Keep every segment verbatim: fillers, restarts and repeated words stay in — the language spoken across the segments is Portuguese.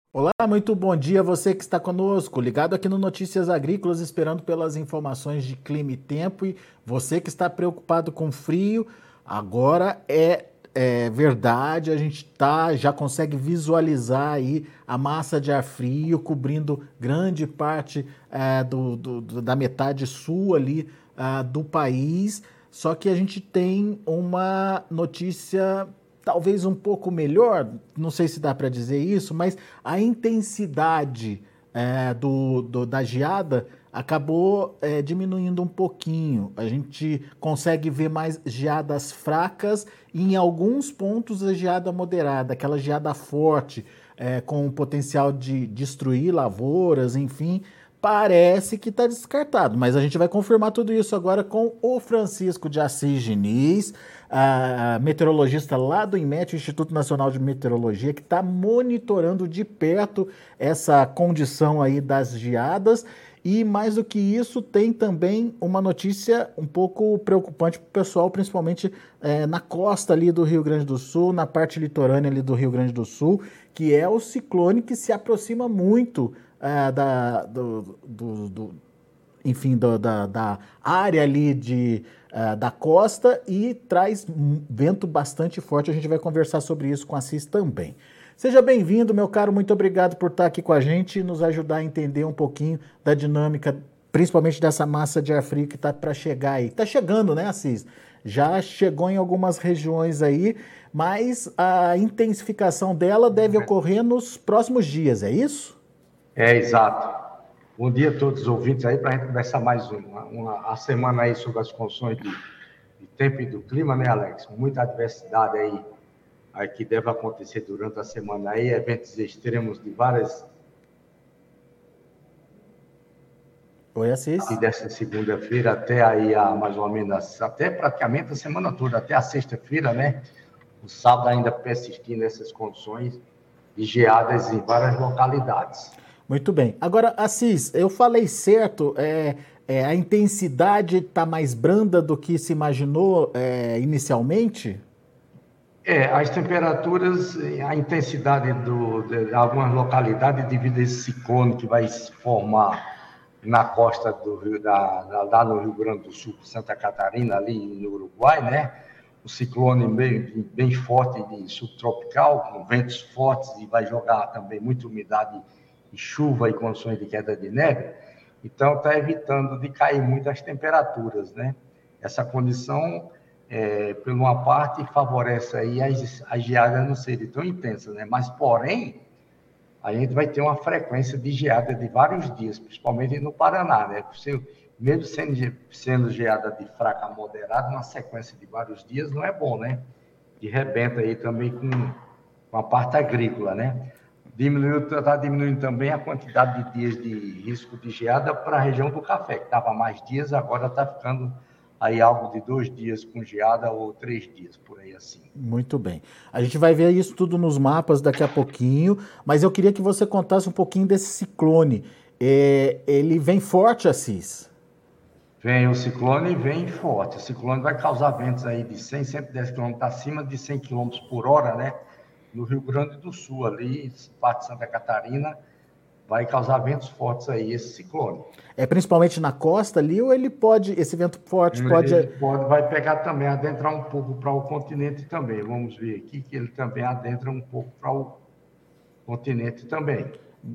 Olá, muito bom dia a você que está conosco, ligado aqui no Notícias Agrícolas, esperando pelas informações de clima e tempo. E você que está preocupado com frio, agora é, é verdade, a gente tá, já consegue visualizar aí a massa de ar frio cobrindo grande parte é, do, do- do- da metade sul ali ah, do país. Só que a gente tem uma notícia talvez um pouco melhor, não sei se dá para dizer isso, mas a intensidade é, do, do- da geada acabou é, diminuindo um pouquinho. A gente consegue ver mais geadas fracas e em alguns pontos a geada moderada, aquela geada forte, é, com o potencial de destruir lavouras, enfim. Parece que está descartado, mas a gente vai confirmar tudo isso agora com o Francisco de Assis Diniz, a meteorologista lá do INMET, o Instituto Nacional de Meteorologia, que está monitorando de perto essa condição aí das geadas. E mais do que isso, tem também uma notícia um pouco preocupante para o pessoal, principalmente é, na costa ali do Rio Grande do Sul, na parte litorânea ali do Rio Grande do Sul, que é o ciclone que se aproxima muito é, da, do, do, do, enfim, do, da, da área ali de, uh, da costa e traz vento bastante forte. A gente vai conversar sobre isso com a Cis também. Seja bem-vindo, meu caro, muito obrigado por estar aqui com a gente e nos ajudar a entender um pouquinho da dinâmica, principalmente dessa massa de ar frio que está para chegar aí. Está chegando, né, Assis? Já chegou em algumas regiões aí, mas a intensificação dela deve ocorrer nos próximos dias, é isso? É, exato. Bom dia a todos os ouvintes aí, para a gente conversar mais uma, uma, a semana aí sobre as condições de, de tempo e do clima, né, Alex? Muita adversidade aí, aí que deve acontecer durante a semana aí, eventos extremos de várias, Oi, e Assis. dessa segunda-feira até aí, a, mais ou menos, até praticamente a semana toda, até a sexta-feira, né? O sábado ainda persistindo essas condições de geadas em várias localidades. Muito bem. Agora, Assis, eu falei certo, é, é, a intensidade está mais branda do que se imaginou é, inicialmente? É, as temperaturas, a intensidade do, de algumas localidades, devido a esse ciclone que vai se formar na costa do Rio, da, da, lá no Rio Grande do Sul, Santa Catarina, ali no Uruguai, né? O ciclone bem, bem forte de subtropical, com ventos fortes, e vai jogar também muita umidade e chuva e condições de queda de neve. Então, está evitando de cair muito as temperaturas, né? Essa condição, é, por uma parte, favorece aí as, as geadas não serem tão intensas, né? Mas, porém, a gente vai ter uma frequência de geada de vários dias, principalmente no Paraná, né? Você, mesmo sendo, sendo geada de fraca a moderada, uma sequência de vários dias não é bom, né? E rebenta aí também com, com a parte agrícola, né? Diminuiu, está diminuindo também a quantidade de dias de risco de geada para a região do café, que estava mais dias, agora está ficando aí algo de dois dias com geada ou três dias, por aí assim. Muito bem. A gente vai ver isso tudo nos mapas daqui a pouquinho, mas eu queria que você contasse um pouquinho desse ciclone. É, ele vem forte, Assis? Vem o ciclone e vem forte. O ciclone vai causar ventos aí de cem, cento e dez quilômetros acima de cem quilômetros por hora, né? No Rio Grande do Sul, ali, parte de Santa Catarina, vai causar ventos fortes aí, esse ciclone. É principalmente na costa ali ou ele pode, esse vento forte pode. Ele pode, vai pegar também, adentrar um pouco para o continente também. Vamos ver aqui que ele também adentra um pouco para o continente também.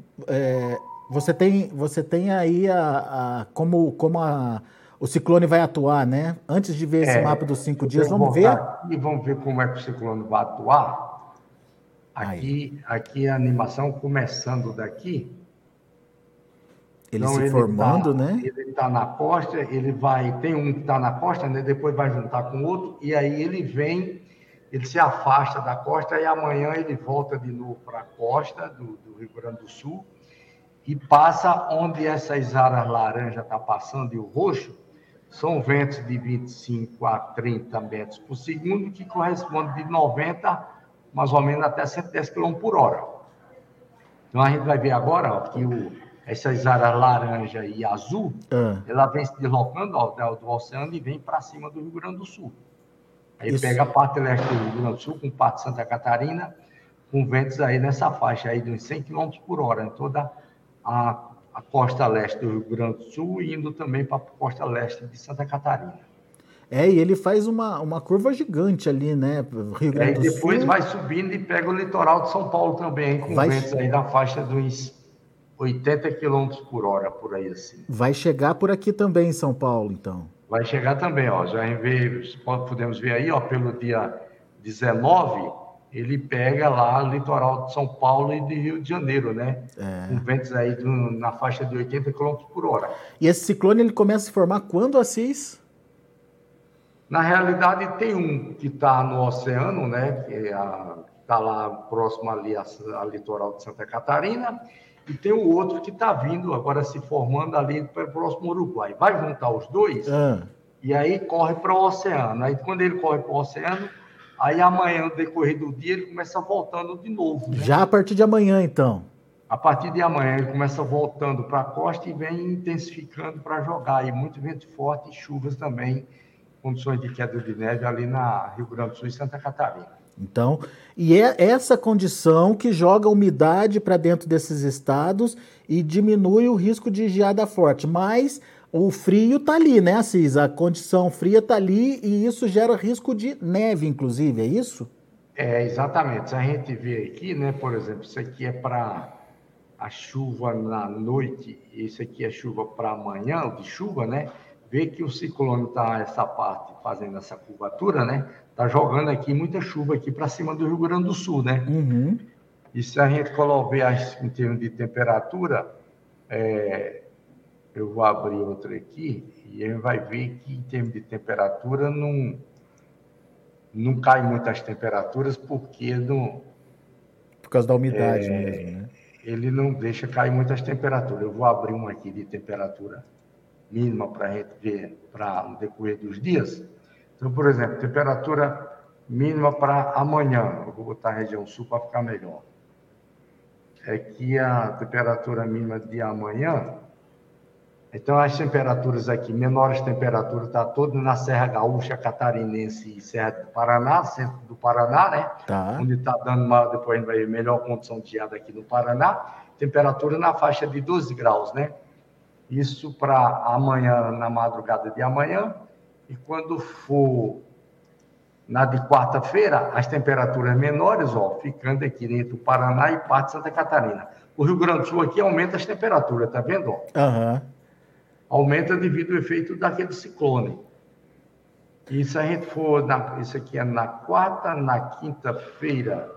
É, você tem, você tem aí a, a- como, como a, o ciclone vai atuar, né? Antes de ver esse mapa dos É, cinco eu dias, tenho que vamos voltar ver. aqui e vamos ver como é que o ciclone vai atuar. Aí, Aqui, aqui a animação começando daqui. ele Então se ele formando, está né? ele tá na costa, ele vai, tem um que está na costa, né? Depois vai juntar com outro, e aí ele vem, ele se afasta da costa, e amanhã ele volta de novo para a costa do, do Rio Grande do Sul, e passa onde essas áreas laranja está passando, e o roxo, são ventos de vinte e cinco a trinta metros por segundo, que corresponde de noventa, mais ou menos, até cento e dez quilômetros por hora. Então a gente vai ver agora ó, que o, essas áreas laranja e azul, Ah, ela vem se deslocando ó, do oceano e vem para cima do Rio Grande do Sul. Aí isso. pega a parte leste do Rio Grande do Sul, com parte de Santa Catarina, com ventos aí nessa faixa aí de uns cem quilômetros por hora, em toda a, a costa leste do Rio Grande do Sul e indo também para a costa leste de Santa Catarina. É, e ele faz uma, uma curva gigante ali, né? Rio Grande do Sul. E depois vai subindo e pega o litoral de São Paulo também, com vai... ventos aí na faixa de uns oitenta quilômetros por hora, por aí assim. Vai chegar por aqui também em São Paulo, então. Vai chegar também, ó. Já veio, podemos ver aí, ó, pelo dia dezenove, ele pega lá o litoral de São Paulo e de Rio de Janeiro, né? É. Com ventos aí do, na faixa de oitenta quilômetros por hora. E esse ciclone ele começa a se formar quando, Assis? Na realidade, tem um que está no oceano, né? Que está lá próximo ali ao litoral de Santa Catarina. E tem o outro que está vindo, agora se formando ali para o próximo Uruguai. Vai juntar os dois ah. e aí corre para o oceano. Aí quando ele corre para o oceano, aí amanhã, no decorrer do dia, ele começa voltando de novo. Né? Já a partir de amanhã, então? A partir de amanhã, ele começa voltando para a costa e vem intensificando para jogar. E muito vento forte e chuvas também, condições de queda de neve ali na Rio Grande do Sul e Santa Catarina. Então, e é essa condição que joga umidade para dentro desses estados e diminui o risco de geada forte. Mas o frio está ali, né, Assis? A condição fria está ali e isso gera risco de neve, inclusive, é isso? É, exatamente. Se a gente vê aqui, né, por exemplo, isso aqui é para a chuva na noite, isso aqui é chuva para amanhã, o de chuva, né? Vê que o ciclone está essa parte fazendo essa curvatura, né? Tá jogando aqui muita chuva aqui para cima do Rio Grande do Sul, né? Uhum. E se a gente colocar em termos de temperatura, é, eu vou abrir outra aqui e a gente vai ver que em termos de temperatura não, não cai muitas temperaturas porque não, por causa da umidade é, mesmo, né? Ele não deixa cair muitas temperaturas. Eu vou abrir uma aqui de temperatura mínima para a gente ver para no decorrer dos dias. Então, por exemplo, temperatura mínima para amanhã. Eu vou botar a região sul para ficar melhor. É que a temperatura mínima de amanhã. Então, as temperaturas aqui, menores temperaturas, está toda na Serra Gaúcha, Catarinense e Serra do Paraná, centro do Paraná, né? Tá. Onde está dando uma, depois a gente vai ver melhor condição de geada aqui no Paraná. Temperatura na faixa de doze graus, né? Isso para amanhã, na madrugada de amanhã. E quando for na de quarta-feira, as temperaturas menores, ó, ficando aqui entre o Paraná e parte de Santa Catarina. O Rio Grande do Sul aqui aumenta as temperaturas, tá vendo? Uhum. Aumenta devido ao efeito daquele ciclone. E se a gente for, na, isso aqui é na quarta, na quinta-feira,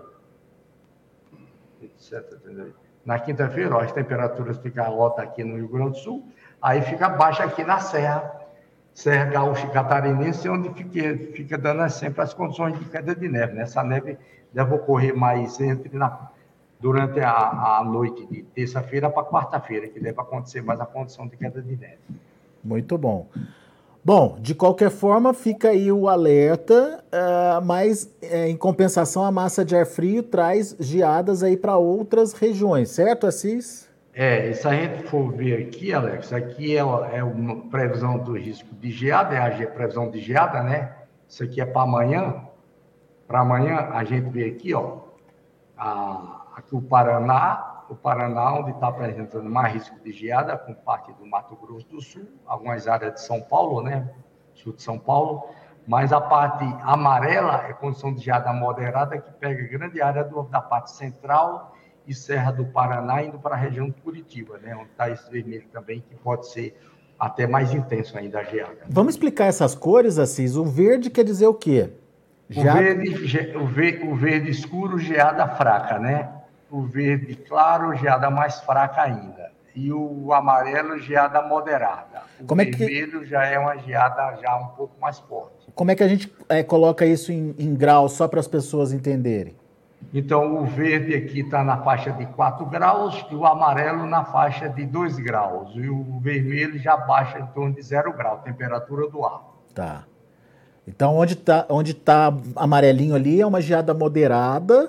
etcétera. Na quinta-feira, ó, as temperaturas ficam altas aqui no Rio Grande do Sul, aí fica baixa aqui na Serra, Serra Gaúcha e Catarinense, onde fica, fica dando sempre as condições de queda de neve. Né? Essa neve deve ocorrer mais entre na, durante a, a noite de terça-feira para quarta-feira, que deve acontecer mais a condição de queda de neve. Muito bom. Bom, de qualquer forma, fica aí o alerta, uh, mas uh, em compensação a massa de ar frio traz geadas aí para outras regiões, certo, Assis? É, se a gente for ver aqui, Alex, aqui é, é uma previsão do risco de geada, é a previsão de geada, né? Isso aqui é para amanhã. Para amanhã, a gente vê aqui, ó, a, aqui o Paraná, o Paraná, onde está apresentando mais risco de geada, com parte do Mato Grosso do Sul, algumas áreas de São Paulo, né? Sul de São Paulo, mas a parte amarela é condição de geada moderada, que pega grande área do, da parte central e Serra do Paraná, indo para a região de Curitiba, né? Onde está esse vermelho também, que pode ser até mais intenso ainda a geada. Vamos explicar essas cores, Assis? O verde quer dizer o quê? O, verde, o, verde, o verde escuro, geada fraca, né? O verde claro, geada mais fraca ainda. E o amarelo, geada moderada. O Como vermelho é que... já é uma geada já um pouco mais forte. Como é que a gente é, coloca isso em, em graus, só para as pessoas entenderem? Então, o verde aqui está na faixa de quatro graus e o amarelo na faixa de dois graus. E o vermelho já baixa em torno de zero grau, temperatura do ar. Tá. Então, onde está onde tá amarelinho ali é uma geada moderada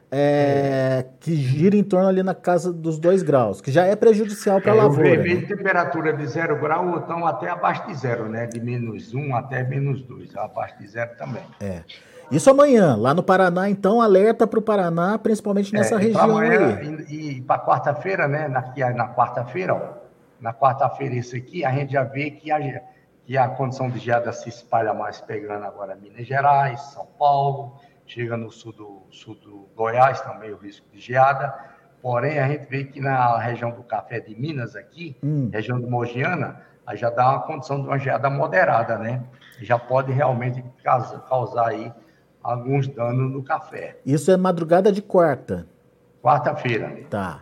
é, que gira em torno ali na casa dos dois graus, que já é prejudicial para a É, o lavoura. vermelho, Né? temperatura de zero grau, ou então até abaixo de zero, né? De menos um até menos dois, abaixo de zero também. É. Isso amanhã, lá no Paraná, então, alerta para o Paraná, principalmente nessa É, para região amanhã aí. e, e para quarta-feira, né? Na, na quarta-feira, ó, na quarta-feira, isso aqui, a gente já vê que a, que a condição de geada se espalha mais, pegando agora Minas Gerais, São Paulo, chega no sul do, sul do Goiás também o risco de geada. Porém, a gente vê que na região do Café de Minas aqui, hum. região do Mogiana, aí já dá uma condição de uma geada moderada, né? Já pode realmente causar, causar aí alguns danos no café. Isso é madrugada de quarta? Quarta-feira. Tá.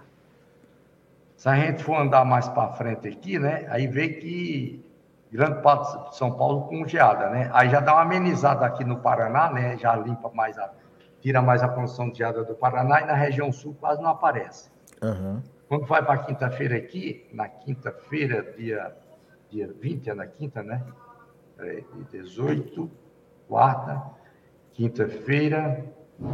Se a gente for andar mais para frente aqui, né? Aí vê que grande parte de São Paulo com geada, né? Aí já dá uma amenizada aqui no Paraná, né? Já limpa mais a... tira mais a condição de geada do Paraná, e na região sul quase não aparece. Uhum. Quando vai para quinta-feira aqui, na quinta-feira, dia, dia vinte, é na quinta, né? É, dezoito, quarta, quinta-feira,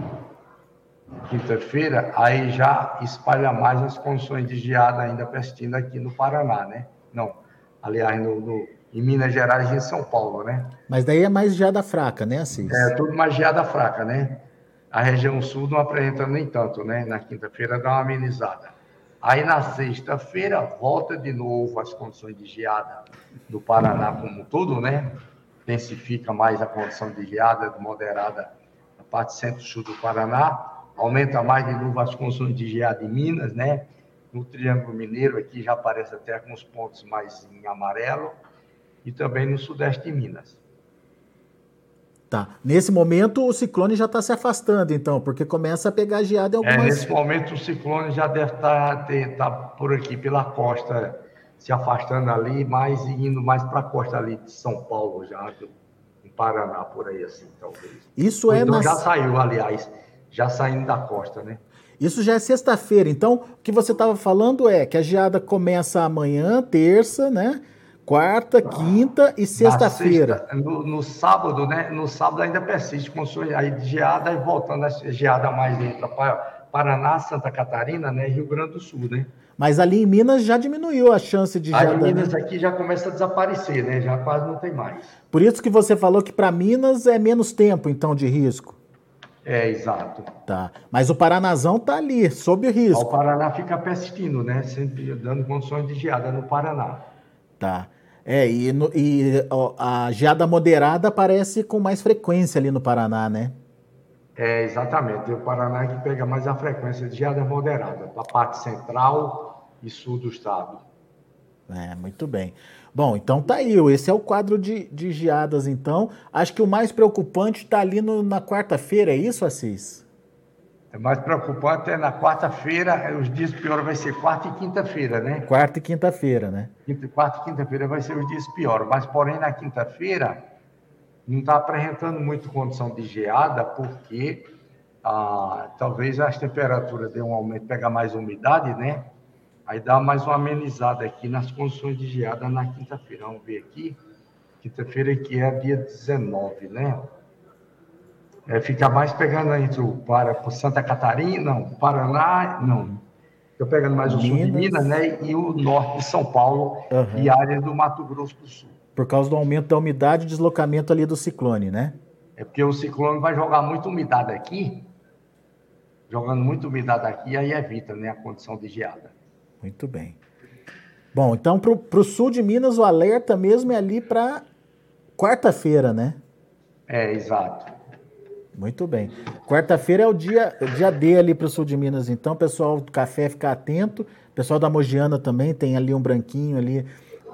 quinta-feira, aí já espalha mais as condições de geada ainda persistindo aqui no Paraná, né? Não, aliás, no, no, em Minas Gerais e em São Paulo, né? Mas daí é mais geada fraca, né, Assis? É, tudo mais geada fraca, né? A região sul não apresenta nem tanto, né? Na quinta-feira dá uma amenizada. Aí na sexta-feira volta de novo as condições de geada do Paraná como um todo, né? Intensifica mais a condição de geada moderada na parte centro-sul do Paraná, aumenta mais de novo as condições de geada em Minas, né? No Triângulo Mineiro aqui já aparece até alguns pontos mais em amarelo, e também no sudeste de Minas. Tá. Nesse momento o ciclone já está se afastando, então, porque começa a pegar geada em algumas... É, nesse momento o ciclone já deve estar tá, tá por aqui pela costa, se afastando ali, mais indo mais para a costa ali de São Paulo, já em Paraná, por aí assim, talvez. Isso Ou é então nas... já saiu, aliás, já saindo da costa, né? Isso já é sexta-feira. Então, o que você estava falando é que a geada começa amanhã, terça, né? Quarta, quinta e sexta-feira. No, no sábado, né? No sábado ainda persiste com aí de geada, e voltando a geada mais dentro para Paraná, Santa Catarina, né? Rio Grande do Sul, né? Mas ali em Minas já diminuiu a chance de geada. Aí em Minas, né? Aqui já começa a desaparecer, né? Já quase não tem mais. Por isso que você falou que para Minas é menos tempo, então, de risco. É, exato. Tá. Mas o Paranazão tá ali, sob risco. O Paraná fica persistindo, né? Sempre dando condições de geada no Paraná. Tá. É, e, no, e ó, a geada moderada aparece com mais frequência ali no Paraná, né? É, exatamente. O Paraná é que pega mais a frequência de geada moderada, da parte central e sul do estado. É, muito bem. Bom, então tá aí, esse é o quadro de, de geadas, então. Acho que o mais preocupante está ali no, na quarta-feira, é isso, Assis? É mais preocupante é na quarta-feira, os dias piores vai ser quarta e quinta-feira, né? Quarta e quinta-feira, né? Quinta, quarta e quinta-feira vai ser os dias piores, mas porém na quinta-feira não está apresentando muito condição de geada, porque ah, talvez as temperaturas dêem um aumento, pegar mais umidade, né? Aí dá mais uma amenizada aqui nas condições de geada na quinta-feira. Vamos ver aqui. Quinta-feira aqui é dia dezenove, né? É, fica mais pegando entre o para Santa Catarina, não, Paraná, não. Estou pegando mais o Minas. Sul de Minas, né? E o norte de São Paulo, uhum. E área do Mato Grosso do Sul. Por causa do aumento da umidade e deslocamento ali do ciclone, né? É porque o ciclone vai jogar muita umidade aqui, jogando muita umidade aqui, aí evita, né, a condição de geada. Muito bem. Bom, então para o sul de Minas o alerta mesmo é ali para quarta-feira, né? É, exato. Muito bem. Quarta-feira é o dia, o dia D ali para o sul de Minas, então, pessoal do café ficar atento. Pessoal da Mogiana também tem ali um branquinho ali,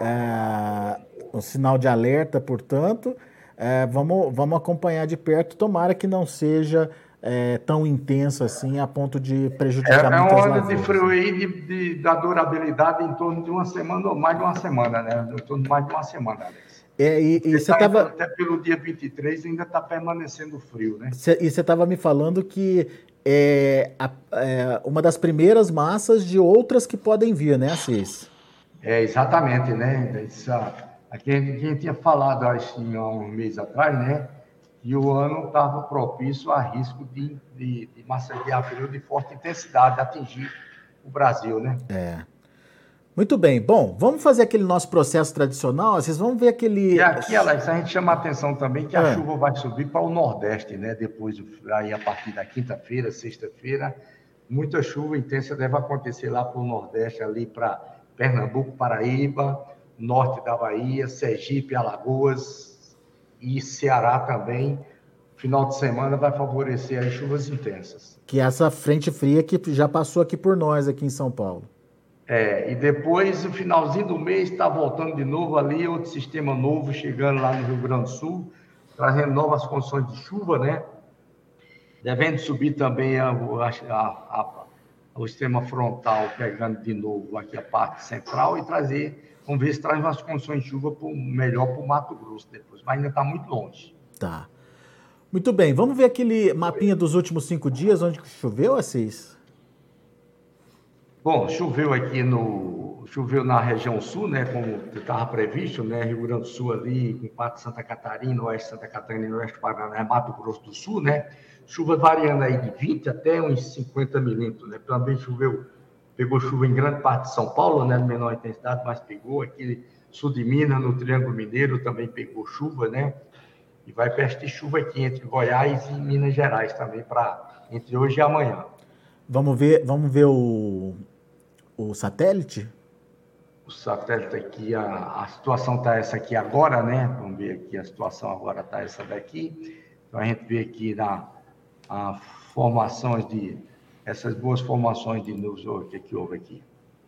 é, um sinal de alerta, portanto. É, vamos, vamos acompanhar de perto, tomara que não seja é, tão intenso assim a ponto de prejudicar é, muitas lavouras. É uma onda de frio aí de, de, da durabilidade em torno de uma semana ou mais de uma semana, né? Em torno de mais de uma semana, Alex. É, e, e você estava... Até pelo dia vinte e três ainda está permanecendo frio, né? Cê, e você estava me falando que é, a, é uma das primeiras massas de outras que podem vir, né, Assis? É, exatamente, né? Isso, aqui a gente tinha falado, acho que há um mês atrás, né? e o ano estava propício a risco de, de, de massa de ar frio de forte intensidade atingir o Brasil, né? É. Muito bem. Bom, vamos fazer aquele nosso processo tradicional. Vocês vão ver aquele... E aqui, Alex, a gente chama a atenção também que a Ah. chuva vai subir para o Nordeste, né? Depois, aí, a partir da quinta-feira, sexta-feira, muita chuva intensa deve acontecer lá para o Nordeste, ali para Pernambuco, Paraíba, norte da Bahia, Sergipe, Alagoas e Ceará também. Final de semana vai favorecer as chuvas intensas. Que é essa frente fria que já passou aqui por nós, aqui em São Paulo. É, e depois, no finalzinho do mês, está voltando de novo ali, outro sistema novo chegando lá no Rio Grande do Sul, trazendo novas condições de chuva, né? Devendo subir também a, a, a, o sistema frontal, pegando de novo aqui a parte central e trazer, vamos ver se traz umas condições de chuva pro, melhor para o Mato Grosso depois, mas ainda está muito longe. Tá. Muito bem, vamos ver aquele mapinha dos últimos cinco dias, onde choveu, Assis? Bom, choveu aqui no... Choveu na região sul, né, como estava previsto, né, Rio Grande do Sul ali, com parte de Santa Catarina, oeste de Santa Catarina e oeste do Paraná, Mato Grosso do Sul, né, chuva variando aí de vinte até uns cinquenta milímetros, né, também choveu, pegou chuva em grande parte de São Paulo, né, de menor intensidade, mas pegou aqui sul de Minas, no Triângulo Mineiro, também pegou chuva, né, e vai persistir chuva aqui entre Goiás e Minas Gerais também, para entre hoje e amanhã. Vamos ver, vamos ver o, o satélite? O satélite aqui, a, a situação está essa aqui agora, né? Vamos ver aqui, a situação agora está essa daqui. Então, a gente vê aqui na a formações de, essas boas formações de nuvens, o que, que houve aqui?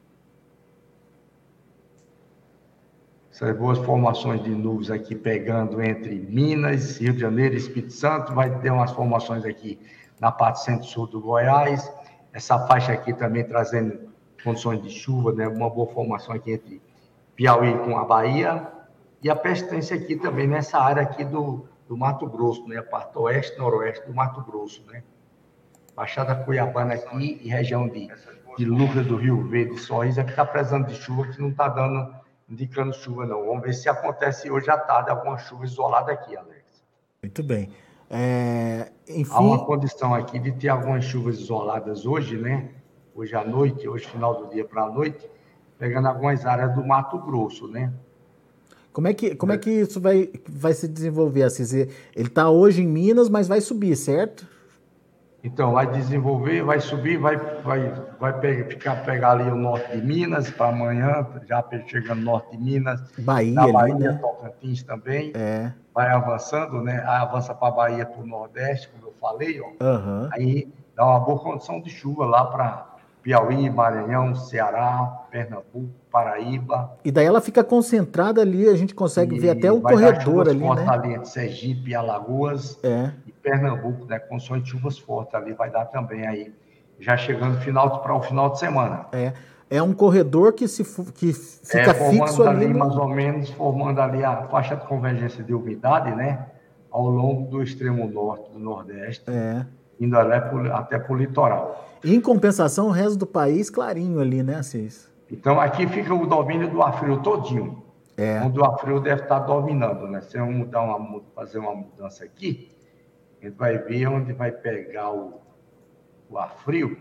Essas boas formações de nuvens aqui pegando entre Minas, Rio de Janeiro e Espírito Santo, vai ter umas formações aqui na parte centro-sul do Goiás, essa faixa aqui também trazendo condições de chuva, né? Uma boa formação aqui entre Piauí com a Bahia, e a persistência aqui também nessa área aqui do, do Mato Grosso, né? A parte oeste e noroeste do Mato Grosso, né? Baixada Cuiabana aqui e região de, de Lucas do Rio Verde, Sorriso, é que está precisando de chuva, que não está dando, indicando chuva não. Vamos ver se acontece hoje à tarde alguma chuva isolada aqui, Alex. Muito bem. É, enfim... Há uma condição aqui de ter algumas chuvas isoladas hoje, né? Hoje à noite, hoje final do dia para a noite, pegando algumas áreas do Mato Grosso, né? Como é que, como é que isso vai, vai se desenvolver, Assis? Ele está hoje em Minas, mas vai subir, certo? Então, vai desenvolver, vai subir, vai, vai, vai pegar, ficar, pegar ali o norte de Minas para amanhã, já chegando no norte de Minas, Bahia, na Bahia, ali, né? Tocantins também, é. vai avançando, né? Aí avança para a Bahia, para o Nordeste, como eu falei, ó. Uhum. Aí dá uma boa condição de chuva lá para Piauí, Maranhão, Ceará, Pernambuco, Paraíba. E daí ela fica concentrada ali, a gente consegue ver até o corredor ali, né? Ali entre Sergipe e Alagoas é. e Pernambuco, né? Condições de chuvas fortes ali vai dar também aí, já chegando final para o final de semana. É, é um corredor que, se, que fica é, fixo ali, ali no... mais ou menos, formando ali a faixa de convergência de umidade, né? Ao longo do extremo norte do Nordeste, é. indo até para o litoral. E, em compensação, o resto do país clarinho ali, né, Assis? Então, aqui fica o domínio do ar frio todinho. É. Onde o ar frio deve estar dominando, né? Se eu mudar uma, fazer uma mudança aqui, a gente vai ver onde vai pegar o, o ar frio.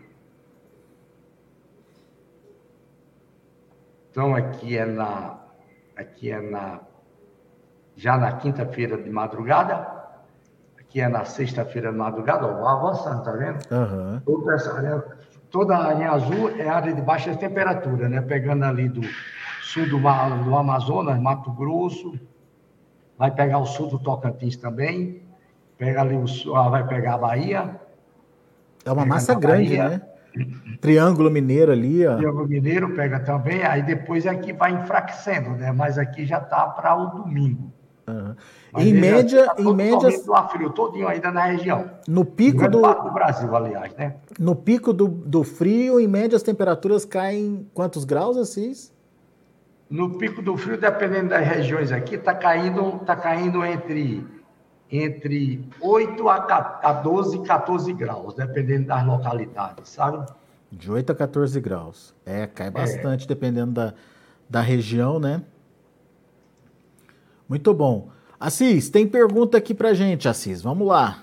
Então, aqui é na... Aqui é na... Já na quinta-feira de madrugada. Aqui é na sexta-feira de madrugada. Ó, vai avançando, tá vendo? Uhum. Toda essa área... Toda a área azul é área de baixa temperatura, né? Pegando ali do sul do, do Amazonas, Mato Grosso, vai pegar o sul do Tocantins também, pega ali o sul, vai pegar a Bahia. É uma massa grande, Bahia, né? Triângulo Mineiro ali, ó. Triângulo Mineiro pega também, aí depois aqui vai enfraquecendo, né? Mas aqui já tá para o domingo. Uhum. Em média, tá em média, do ar frio todinho ainda na região. No pico do, do Brasil, aliás, né? No pico do, do frio, em média as temperaturas caem quantos graus, Assis? No pico do frio, dependendo das regiões aqui, tá caindo, tá caindo entre entre oito a doze, quatorze graus, dependendo das localidades, sabe? De oito a quatorze graus. É, cai bastante, é. dependendo da, da região, né? Muito bom. Assis, tem pergunta aqui pra gente, Assis. Vamos lá.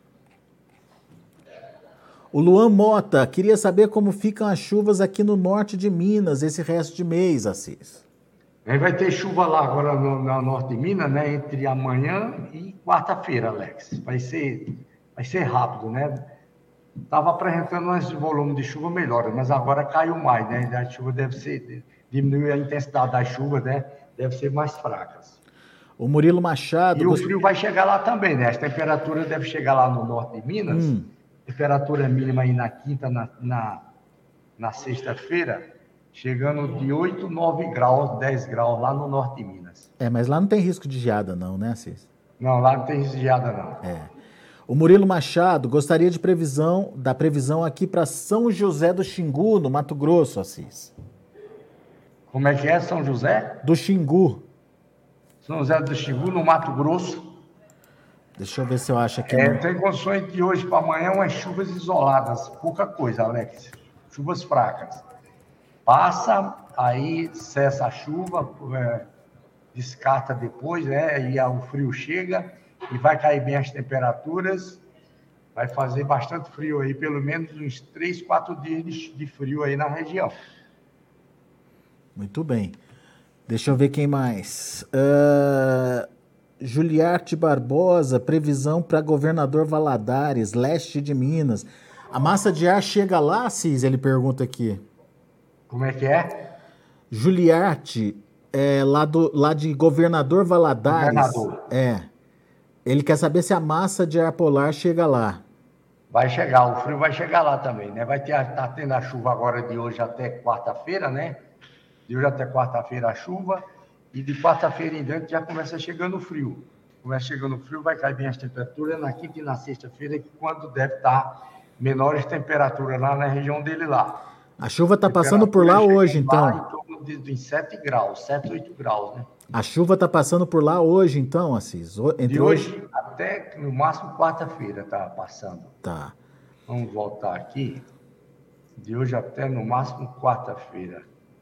O Luan Mota, queria saber como ficam as chuvas aqui no norte de Minas esse resto de mês, Assis. Aí vai ter chuva lá agora no, no norte de Minas, né? Entre amanhã e quarta-feira, Alex. Vai ser, vai ser rápido, né? Estava apresentando um volume de chuva melhor, mas agora caiu mais, né? A chuva deve ser, diminuiu a intensidade das chuvas, né? Deve ser mais fracas. O Murilo Machado... E o frio vai chegar lá também, né? As temperaturas devem chegar lá no norte de Minas. Hum. Temperatura mínima aí na quinta, na, na, na sexta-feira, chegando de oito, nove graus, dez graus lá no norte de Minas. É, mas lá não tem risco de geada não, né, Assis? Não, lá não tem risco de geada não. É. O Murilo Machado gostaria de previsão, da previsão aqui para São José do Xingu, no Mato Grosso, Assis. Como é que é, São José? Do Xingu. São José do Xingu, no Mato Grosso. Deixa eu ver se eu acho aqui. É, tem condições de hoje para amanhã umas chuvas isoladas, pouca coisa, Alex. Chuvas fracas. Passa, aí cessa a chuva, é, descarta depois, né? E o frio chega e vai cair bem as temperaturas. Vai fazer bastante frio aí, pelo menos uns três, quatro dias de, de frio aí na região. Muito bem. Deixa eu ver quem mais. Uh, Juliarte Barbosa, previsão para governador Valadares, leste de Minas. A massa de ar chega lá, Cis? Ele pergunta aqui. Como é que é? Juliarte, é, lá, do, lá de governador Valadares. Governador. É. Ele quer saber se a massa de ar polar chega lá. Vai chegar, o frio vai chegar lá também, né? Vai ter, tá tendo a chuva agora de hoje até quarta-feira, né? De hoje até quarta-feira a chuva, e de quarta-feira em diante já começa chegando o frio. Começa chegando o frio, vai cair bem as temperaturas na quinta e na sexta-feira, quando deve estar menores temperaturas lá na região dele lá. A chuva está passando por lá hoje, então? Lá em torno de, de sete graus, sete, oito graus, né? A chuva está passando por lá hoje, então, Assis? Entre de hoje, hoje até, no máximo, quarta-feira está passando. Tá. Vamos voltar aqui. De hoje até, no máximo, quarta-feira.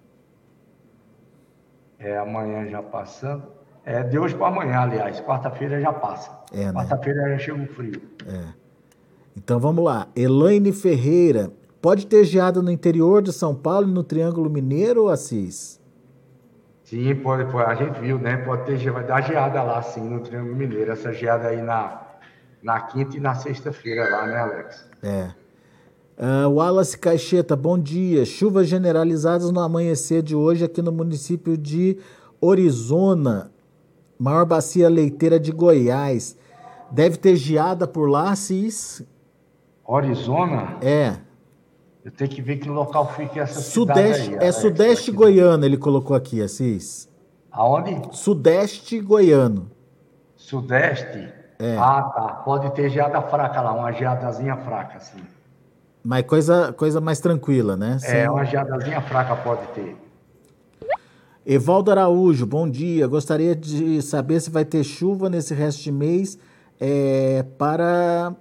É, amanhã já passando. É, de hoje para amanhã, aliás. Quarta-feira já passa. É, né? Quarta-feira já chega o frio. É. Então, vamos lá. Elaine Ferreira. Pode ter geada no interior de São Paulo e no Triângulo Mineiro, Assis? Sim, pode, pode. A gente viu, né? Pode ter vai dar geada lá, sim, no Triângulo Mineiro. Essa geada aí na, na quinta e na sexta-feira lá, né, Alex? É. Uh, Wallace Caixeta, bom dia. Chuvas generalizadas no amanhecer de hoje aqui no município de Orizona, maior bacia leiteira de Goiás. Deve ter geada por lá, Assis? Orizona? É. Eu tenho que ver que local fica essa Sudeste, cidade aí. É Alex, Sudeste aqui. Goiano, ele colocou aqui, Assis. Aonde? Sudeste Goiano. Sudeste? É. Ah, tá. Pode ter geada fraca lá, uma geadazinha fraca, assim. Mas coisa, coisa mais tranquila, né? Sem... É, uma geadazinha fraca pode ter. Evaldo Araújo, bom dia. Gostaria de saber se vai ter chuva nesse resto de mês é, para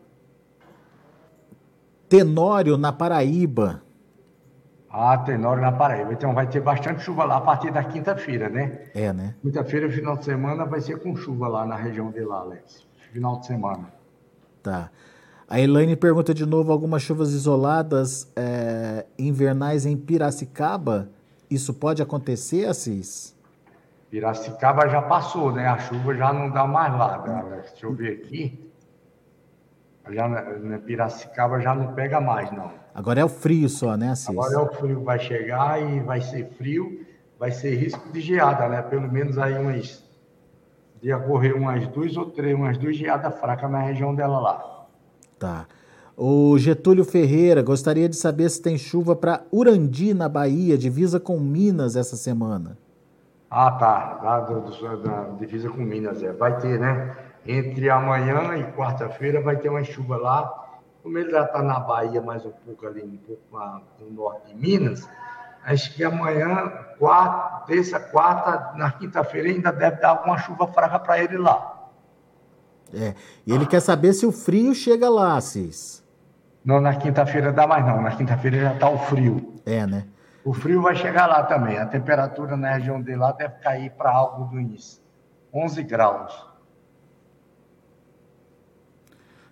Tenório, na Paraíba. Ah, Tenório, na Paraíba. Então vai ter bastante chuva lá a partir da quinta-feira, né? É, né? Quinta-feira, final de semana, vai ser com chuva lá na região de lá, Alex. Final de semana. Tá. A Elaine pergunta de novo, algumas chuvas isoladas é, invernais em Piracicaba? Isso pode acontecer, Assis? Piracicaba já passou, né? A chuva já não dá mais lá, Alex. Deixa eu ver aqui. Já, né, Piracicaba já não pega mais, não. Agora é o frio só, né, Assis? Agora é o frio, vai chegar e vai ser frio, vai ser risco de geada, né? Pelo menos aí umas... de ocorrer umas duas ou três, umas duas geadas fracas na região dela lá. Tá. O Getúlio Ferreira gostaria de saber se tem chuva para Urandi, na Bahia, divisa com Minas essa semana. Ah, tá. Lá do, do, da divisa com Minas, é. Vai ter, né? Entre amanhã e quarta-feira vai ter uma chuva lá. Como ele já está na Bahia, mais um pouco ali, um pouco lá no norte de Minas, acho que amanhã, quarta, terça, quarta, na quinta-feira ainda deve dar alguma chuva fraca para ele lá. É, e ele quer saber se o frio chega lá, Assis. Não, na quinta-feira dá mais não, na quinta-feira já está o frio. É, né? O frio vai chegar lá também, a temperatura na região de lá deve cair para algo dos onze graus.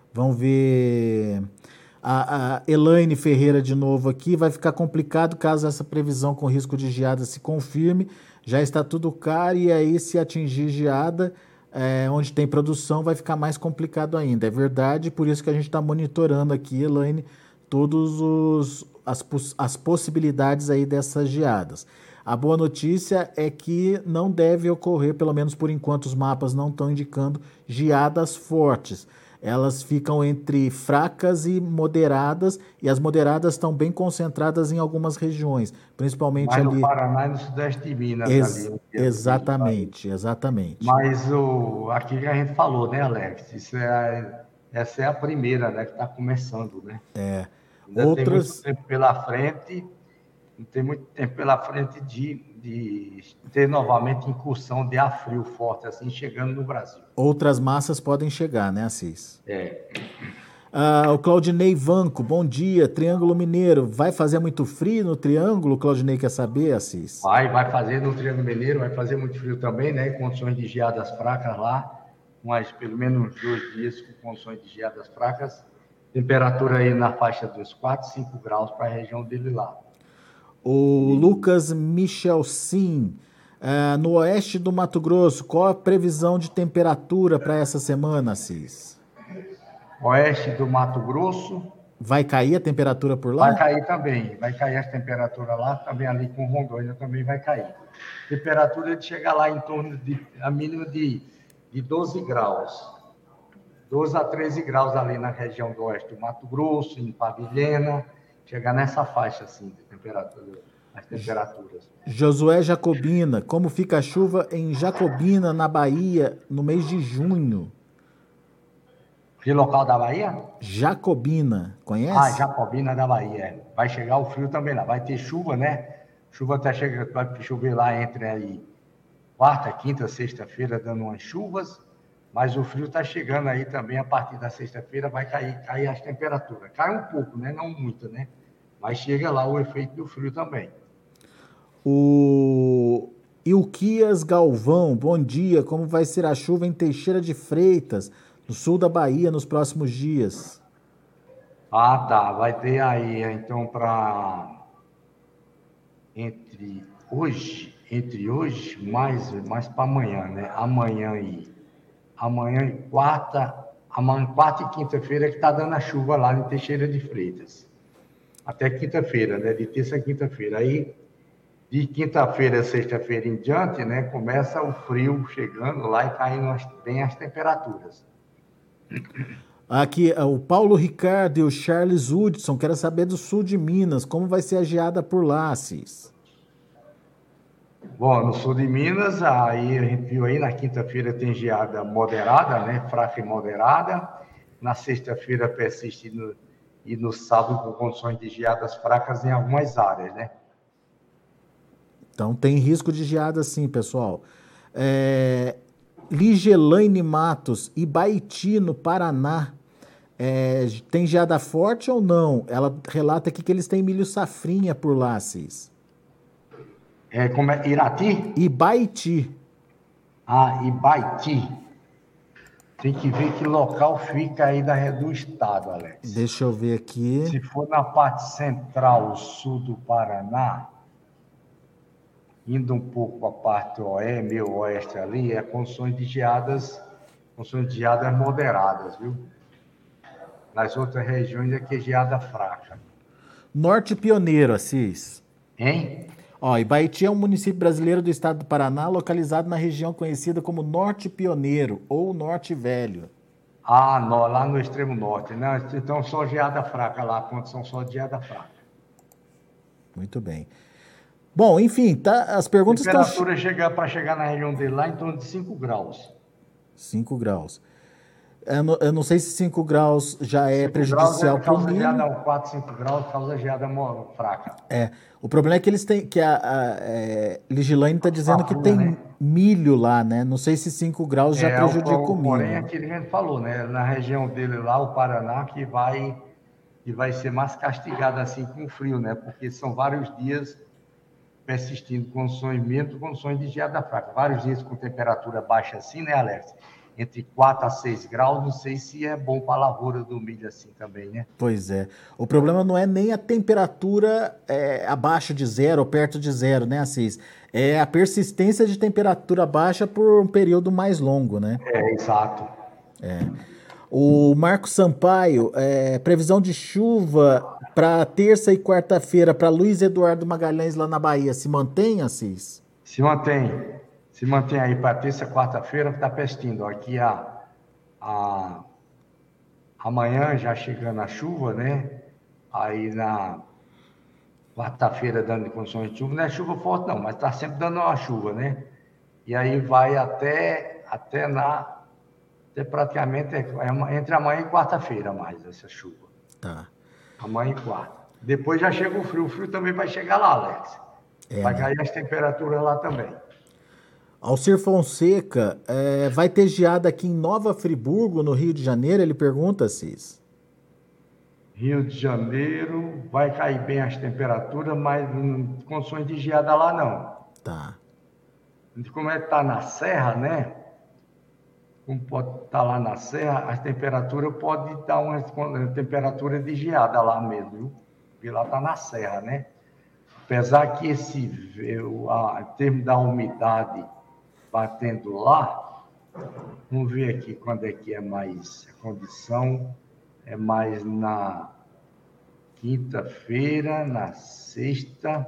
Vamos ver. A, a Elaine Ferreira de novo aqui. Vai ficar complicado caso essa previsão com risco de geada se confirme. Já está tudo caro e aí se atingir geada, é, onde tem produção, vai ficar mais complicado ainda. É verdade, por isso que a gente está monitorando aqui, Elaine, todos os as, as possibilidades aí dessas geadas. A boa notícia é que não deve ocorrer, pelo menos por enquanto os mapas não estão indicando geadas fortes. Elas ficam entre fracas e moderadas, e as moderadas estão bem concentradas em algumas regiões, principalmente Mas no ali. Paraná e no Sudeste de Minas, Ex ali. exatamente, exatamente. Mas o, aqui que a gente falou, né, Alex? Isso é, essa é a primeira, né, que está começando, né? É. Ainda tem muito Outras, tempo pela frente, tem muito tempo pela frente de, de ter novamente incursão de ar frio forte, assim, chegando no Brasil. outras massas podem chegar, né, Assis? É. Ah, o Claudinei Vanco, bom dia. Triângulo Mineiro, vai fazer muito frio no Triângulo? O Claudinei quer saber, Assis? Vai, vai fazer no Triângulo Mineiro, vai fazer muito frio também, né? Condições de geadas fracas lá, mas pelo menos dois dias com condições de geadas fracas. Temperatura aí na faixa dos quatro, cinco graus para a região dele lá. O E Lucas Michelsin, ah, no oeste do Mato Grosso, qual a previsão de temperatura para essa semana, Assis? oeste do Mato Grosso, Vai cair a temperatura por vai lá? cair também, vai cair as temperaturas lá, também ali com Rondônia também vai cair. Temperatura de chegar lá em torno de, a mínima de, de doze graus. doze a treze graus ali na região do oeste do Mato Grosso, em Pavilhena, chegar nessa faixa assim de temperatura, as temperaturas. Josué Jacobina, como fica a chuva em Jacobina, na Bahia, no mês de junho? Que local da Bahia? Jacobina, Ah, conhece? Jacobina da Bahia. Vai chegar o frio também lá. Vai ter chuva, né? Chuva até chega, vai chover lá entre aí quarta, quinta, sexta-feira, dando umas chuvas, mas o frio está chegando aí também. A partir da sexta-feira vai cair, cair as temperaturas. Cai um pouco, né? Não muito, né? Mas chega lá o efeito do frio também. O Ilquias Galvão, bom dia. Como vai ser a chuva em Teixeira de Freitas, no sul da Bahia, nos próximos dias? Ah, tá. Vai ter aí, então, para entre hoje, entre hoje, mais, mais para amanhã, né? Amanhã e amanhã e quarta, amanhã, quarta e quinta-feira que está dando a chuva lá em Teixeira de Freitas. Até quinta-feira, né? De terça a quinta-feira. Aí, de quinta-feira a sexta-feira em diante, né? Começa o frio chegando lá e caindo bem as temperaturas. Aqui, o Paulo Ricardo e o Charles Hudson, quero saber do sul de Minas, como vai ser a geada por lá, Cis? Bom, no sul de Minas, aí a gente viu aí na quinta-feira tem geada moderada, né? Fraca e moderada. Na sexta-feira persiste no, e no sábado com condições de geadas fracas em algumas áreas, né? Então tem risco de geada sim, pessoal. É, Ligelaine Matos, Ibaiti, no Paraná, é, tem geada forte ou não? Ela relata aqui que eles têm milho safrinha por lá, Cis. É, como é? Irati? Ibaiti. Ah, Ibaiti. Tem que ver que local fica aí da, do estado, Alex. Deixa eu ver aqui. Se for na parte central, sul do Paraná, indo um pouco para a parte oeste, meio oeste ali, é condições de geadas, condições de geadas moderadas, viu? Nas outras regiões é que é geada fraca. Norte Pioneiro, Assis. Hein? Ó, Ibaiti é um município brasileiro do estado do Paraná, localizado na região conhecida como Norte Pioneiro ou Norte Velho. Ah, no, lá no extremo norte, né? Então só geada fraca lá, condição só de geada fraca. Muito bem. Bom, enfim, tá, as perguntas estão... Temperatura chega para chegar na região dele lá em torno de cinco graus. cinco graus. Eu não, eu não sei se cinco graus já é prejudicial para o milho. Geada, quatro, cinco graus causa geada fraca. É. O problema é que eles têm. Que a, a é, Ligilaine está dizendo que tem né? milho lá, né? Não sei se cinco graus já é, prejudica o, o, milho. Porém, aquilo que a gente falou, né? Na região dele lá, o Paraná, que vai, que vai ser mais castigado assim com o frio, né? Porque são vários dias persistindo condições, mesmo condições de geada fraca. Vários dias com temperatura baixa assim, né, Alex? entre quatro a seis graus, não sei se é bom para a lavoura do milho assim também, né? Pois é. O problema não é nem a temperatura é, abaixo de zero ou perto de zero, né, Assis? É a persistência de temperatura baixa por um período mais longo, né? É, exato. É. O Marco Sampaio, é, previsão de chuva para terça e quarta-feira para Luiz Eduardo Magalhães lá na Bahia, se mantém, Assis? Se mantém. Se mantém aí para terça, quarta-feira, está pestindo. Aqui a, a, amanhã já chegando a chuva, né? Aí na quarta-feira dando condições de chuva. Não é chuva forte não, mas está sempre dando uma chuva, né? E aí vai até, até na... Até praticamente é, é entre amanhã e quarta-feira mais essa chuva. Tá. Amanhã e quarta. Depois já chega o frio. O frio também vai chegar lá, Alex. É, vai cair, né, as temperaturas lá também. Alcir Fonseca, é, vai ter geada aqui em Nova Friburgo, no Rio de Janeiro? Ele pergunta, Cis. Rio de Janeiro, vai cair bem as temperaturas, mas em condições de geada lá não. Tá. Como é que tá na serra, né? Como pode estar lá na serra, as temperaturas podem dar uma temperatura de geada lá mesmo, viu? Porque lá está na serra, né? Apesar que esse, em termos da umidade batendo lá, vamos ver aqui quando é que é mais a condição, é mais na quinta-feira, na sexta.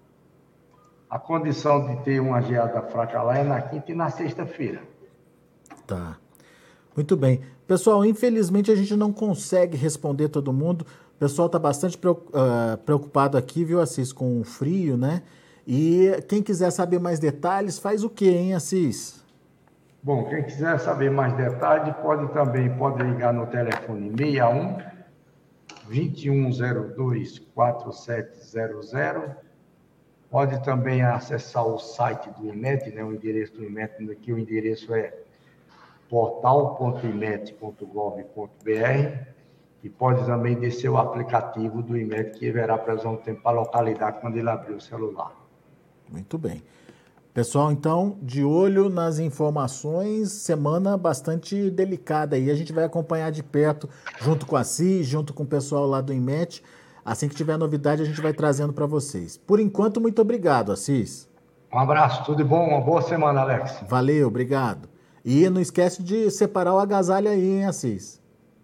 A condição de ter uma geada fraca lá é na quinta e na sexta-feira. Tá. Muito bem. Pessoal, infelizmente a gente não consegue responder todo mundo. O pessoal está bastante preocupado aqui, viu, Assis, com o frio, né? E quem quiser saber mais detalhes, faz o quê, hein, Assis? Bom, quem quiser saber mais detalhes, pode também pode ligar no telefone seis um, dois um zero dois, quatro sete zero zero. Pode também acessar o site do I M E T, né, o endereço do I M E T, aqui o endereço é portal ponto i m e t ponto gov ponto b r, e pode também descer o aplicativo do I M E T, que verá previsão do tempo para a localidade quando ele abrir o celular. Muito bem. Pessoal, então, de olho nas informações, semana bastante delicada aí. A gente vai acompanhar de perto, junto com a C I S, junto com o pessoal lá do I M E T. Assim que tiver novidade, a gente vai trazendo para vocês. Por enquanto, muito obrigado, Assis. Um abraço, tudo de bom, uma boa semana, Alex. Valeu, obrigado. E não esquece de separar o agasalho aí, hein, Assis?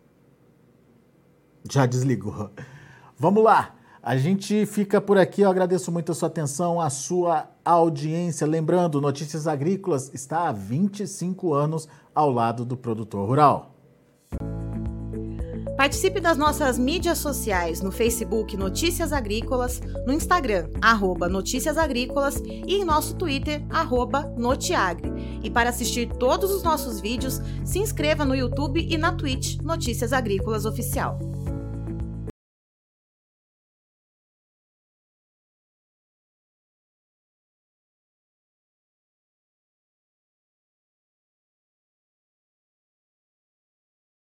Já desligou. Vamos lá. A gente fica por aqui. Eu agradeço muito a sua atenção, a sua audiência. Lembrando, Notícias Agrícolas está há vinte e cinco anos ao lado do produtor rural. Participe das nossas mídias sociais no Facebook Notícias Agrícolas, no Instagram, arroba Notícias Agrícolas e em nosso Twitter, arroba Notiagre. E para assistir todos os nossos vídeos, se inscreva no YouTube e na Twitch Notícias Agrícolas Oficial.